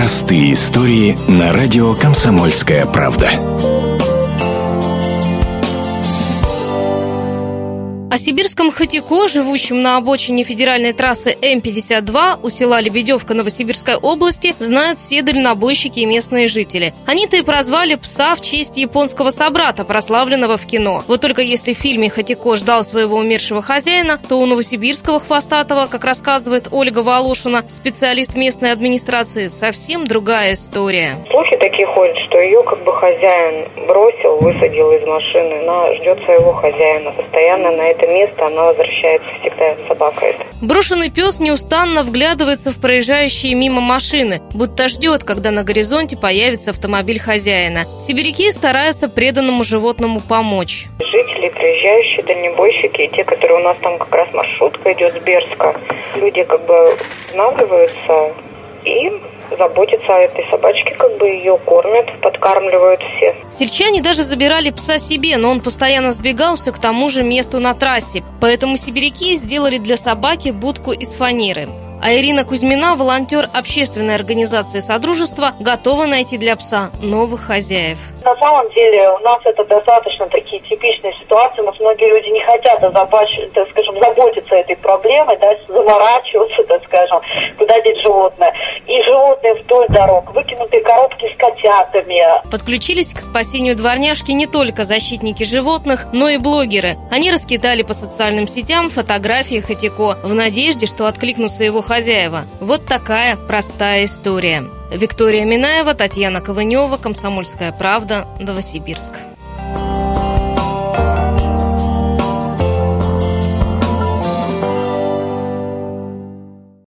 Простые истории на радио «Комсомольская правда». О сибирском Хатико, живущем на обочине федеральной трассы М-52 у села Лебедевка Новосибирской области, знают все дальнобойщики и местные жители. Они-то и прозвали пса в честь японского собрата, прославленного в кино. Вот только если в фильме Хатико ждал своего умершего хозяина, то у новосибирского хвостатого, как рассказывает Ольга Волошина, специалист местной администрации, совсем другая история. Слухи такие ходят, что ее хозяин бросил, высадил из машины. Она ждет своего хозяина. Постоянно на это место она возвращается всегда, собака эта. Брошенный пес неустанно вглядывается в проезжающие мимо машины, будто ждет, когда на горизонте появится автомобиль хозяина. Сибиряки стараются преданному животному помочь. Жители, проезжающие, дальнобойщики, и те, которые у нас там как раз маршрутка идет с Берска, люди останавливаются и заботятся о этой собачке, ее кормят, подкармливают все. Сельчане даже забирали пса себе, но он постоянно сбегал все к тому же месту на трассе. Поэтому сибиряки сделали для собаки будку из фанеры. А Ирина Кузьмина, волонтер общественной организации «Содружество», готова найти для пса новых хозяев. На самом деле у нас это достаточно такие типичные ситуации. У нас многие люди не хотят заботиться этой проблемой, заморачиваться, куда деть животное. И животные вдоль дорог, выкинутые коробки с котятами. Подключились к спасению дворняжки не только защитники животных, но и блогеры. Они раскидали по социальным сетям фотографии Хатико в надежде, что откликнутся его хозяева. Вот такая простая история. Виктория Минаева, Татьяна Ковынева, «Комсомольская правда», Новосибирск.